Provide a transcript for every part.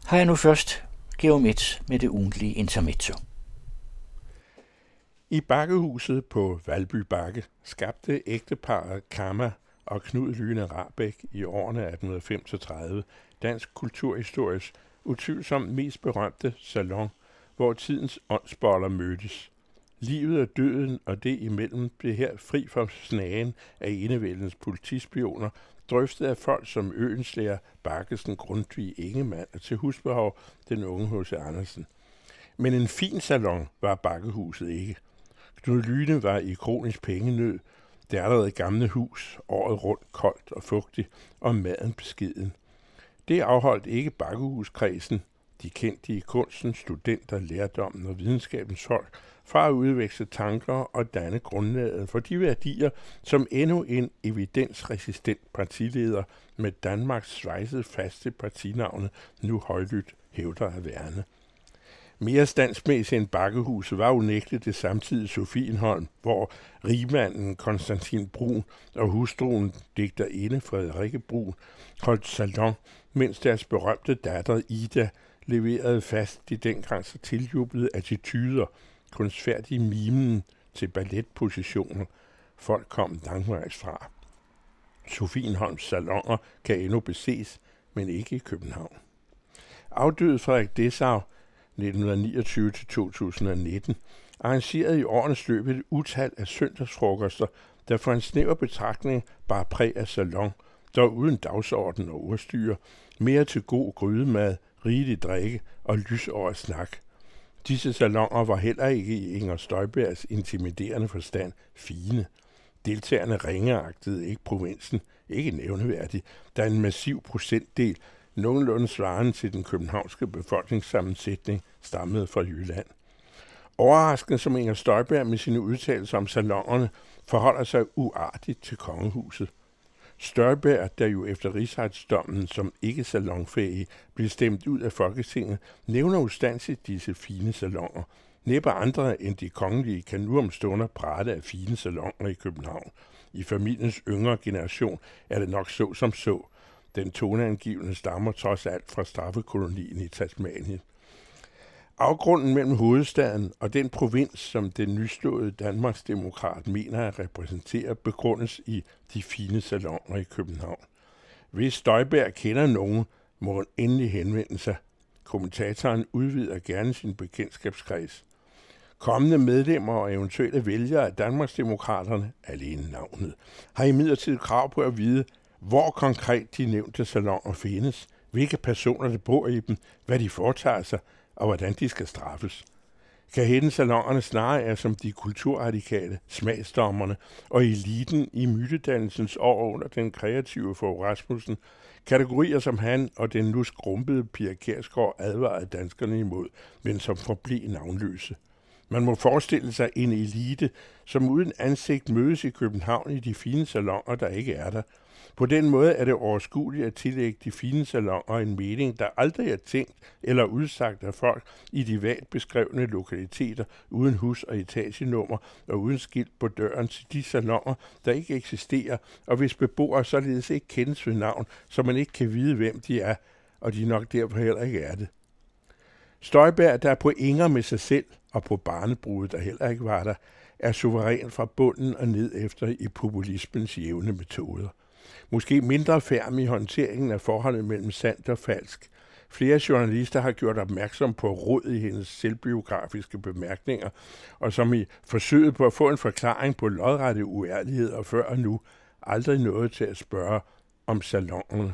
har jeg nu først Geomet med det ugentlige intermezzo. I Bakkehuset på Valby Bakke skabte ægteparret Kamma og Knud Lyne Rahbek i årene 1805-30 dansk kulturhistories utvivlsomt mest berømte salon, hvor tidens åndsboller mødtes. Livet og døden og det imellem blev her fri for snagen af enevældens politispioner, drøftet af folk som Øenslæger, Bakkesen, Grundtvig, Ingemann og til husbehov den unge H.C. Andersen. Men en fin salon var Bakkehuset ikke. Knud Lyne var i kronisk pengenød, det allerede gamle hus, året rundt koldt og fugtigt, og maden beskeden. Det afholdt ikke Bakkehuskredsen, de kendte i kunsten, studenter, lærdommen og videnskabens folk, fra at udveksle tanker og danne grundlaget for de værdier, som endnu en evidensresistent partileder med Danmarks svejset faste partinavne nu højlydt hævder at værne. Mere standsmæssigt end Bakkehuset var unægteligt det samtidige Sofienholm, hvor rigmanden Konstantin Brun og hustruen digterinde Frederikke Brun holdt salon, mens deres berømte datter Ida leverede fast de dengang så tiljublede attityder, kunstfærdige mimen til balletpositioner. Folk kom langvejs fra. Sofienholms saloner kan endnu beses, men ikke i København. Afdøde Frederik Dessau 1929-2019 arrangerede i årenes løb et utal af søndagsfrokoster, der for en snæver betragtning bar præg af salon, dog uden dagsorden og ordstyre, mere til god grydemad, rigelig drikke og lysår snak. Disse saloner var heller ikke i Inger Støjbergs intimiderende forstand fine. Deltagerne ringeagtede ikke provinsen, ikke nævneværdigt, da en massiv procentdel, nogenlunde svarende til den københavnske befolkningssammensætning, stammede fra Jylland. Overraskende som Inger Støjberg med sine udtalelser om salonerne forholder sig uartigt til kongehuset. Støjberg, der jo efter rigsretsdommen som ikke salonfæhig blev stemt ud af Folketinget, nævner ustandsigt disse fine saloner. Næppe andre end de kongelige kan nu om stunder prate af fine saloner i København. I familiens yngre generation er det nok så som så. Den toneangivende stammer trods alt fra straffekolonien i Tasmanien. Afgrunden mellem hovedstaden og den provins, som den nyslåede Danmarksdemokrat mener at repræsentere, begrundes i de fine saloner i København. Hvis Støjberg kender nogen, må hun endelig henvende sig. Kommentatoren udvider gerne sin bekendtskabskreds. Kommende medlemmer og eventuelle vælgere af Danmarksdemokraterne, alene navnet, har imidlertid krav på at vide, hvor konkret de nævnte saloner findes, hvilke personer der bor i dem, hvad de foretager sig, og hvordan de skal straffes. Kan hende salonerne snarere er som de kulturradikale, smagsdommerne og eliten i mytedannelsens år under den kreative Fogh Rasmussen, kategorier som han og den nu skrumpede Pia Kjærsgaard advarede danskerne imod, men som forblev navnløse. Man må forestille sig en elite, som uden ansigt mødes i København i de fine saloner, der ikke er der. På den måde er det overskueligt at tillægge de fine saloner en mening, der aldrig er tænkt eller udsagt af folk i de vagt beskrevne lokaliteter uden hus- og etagenummer og uden skilt på døren til de saloner, der ikke eksisterer, og hvis beboere således ikke kendes ved navn, så man ikke kan vide, hvem de er, og de nok derfor heller ikke er det. Støjberg, der er på inger med sig selv og på barnebrudet, der heller ikke var der, er suveræn fra bunden og ned efter i populismens jævne metoder. Måske mindre færm i håndteringen af forholdet mellem sandt og falsk. Flere journalister har gjort opmærksom på rod i hendes selvbiografiske bemærkninger, og som i forsøget på at få en forklaring på lodrette uærligheder før og nu, aldrig nåede til at spørge om salonerne.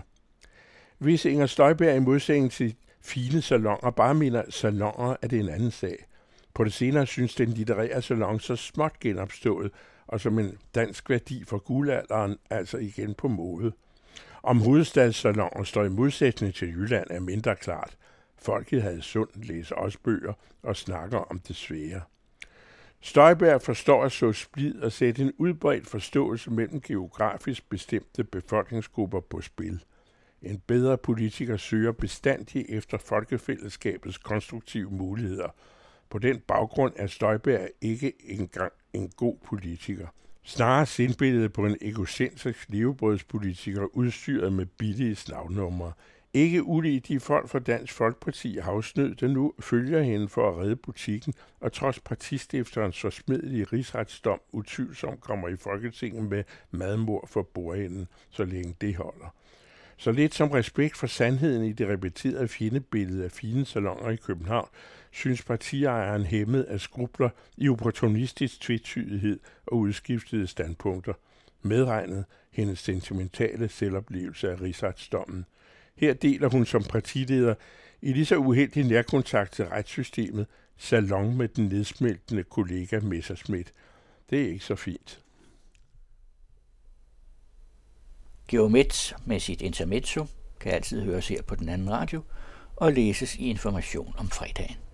Hvis Inger Støjberg i modsætning til fine saloner bare mener saloner, er det en anden sag. På det senere synes den litterære salon så småt genopstået, og som en dansk værdi for guldalderen, altså igen på mode. Om hovedstadssaloner står i modsætning til Jylland er mindre klart. Folket havde sundt læser også bøger og snakker om det svære. Støjberg forstår at så splid og sætte en udbredt forståelse mellem geografisk bestemte befolkningsgrupper på spil. En bedre politiker søger bestandigt efter folkefællesskabets konstruktive muligheder. På den baggrund er Støjberg ikke engang en god politiker. Snarere sindbilledet på en egocentrisk levebrødspolitiker udstyret med billige slagnumre. Ikke ulig de folk fra Dansk Folkeparti havsnød, der nu følger hende for at redde butikken, og trods partistifterens forsmedelige rigsretsdom utvivlsomt kommer i Folketinget med madmord for bordenden, så længe det holder. Så lidt som respekt for sandheden i det repeterede fjendebillede af fine salonger i København, synes partiejeren hæmmet af skrubler i opportunistisk tvetydighed og udskiftede standpunkter, medregnet hendes sentimentale selvoplevelse af rigsretsdommen. Her deler hun som partileder i lige så uheldig nærkontakt til retssystemet salon med den nedsmeltende kollega Messerschmidt. Det er ikke så fint. Georg Metz med sit intermezzo kan altid høres her på den anden radio og læses i Information om fredagen.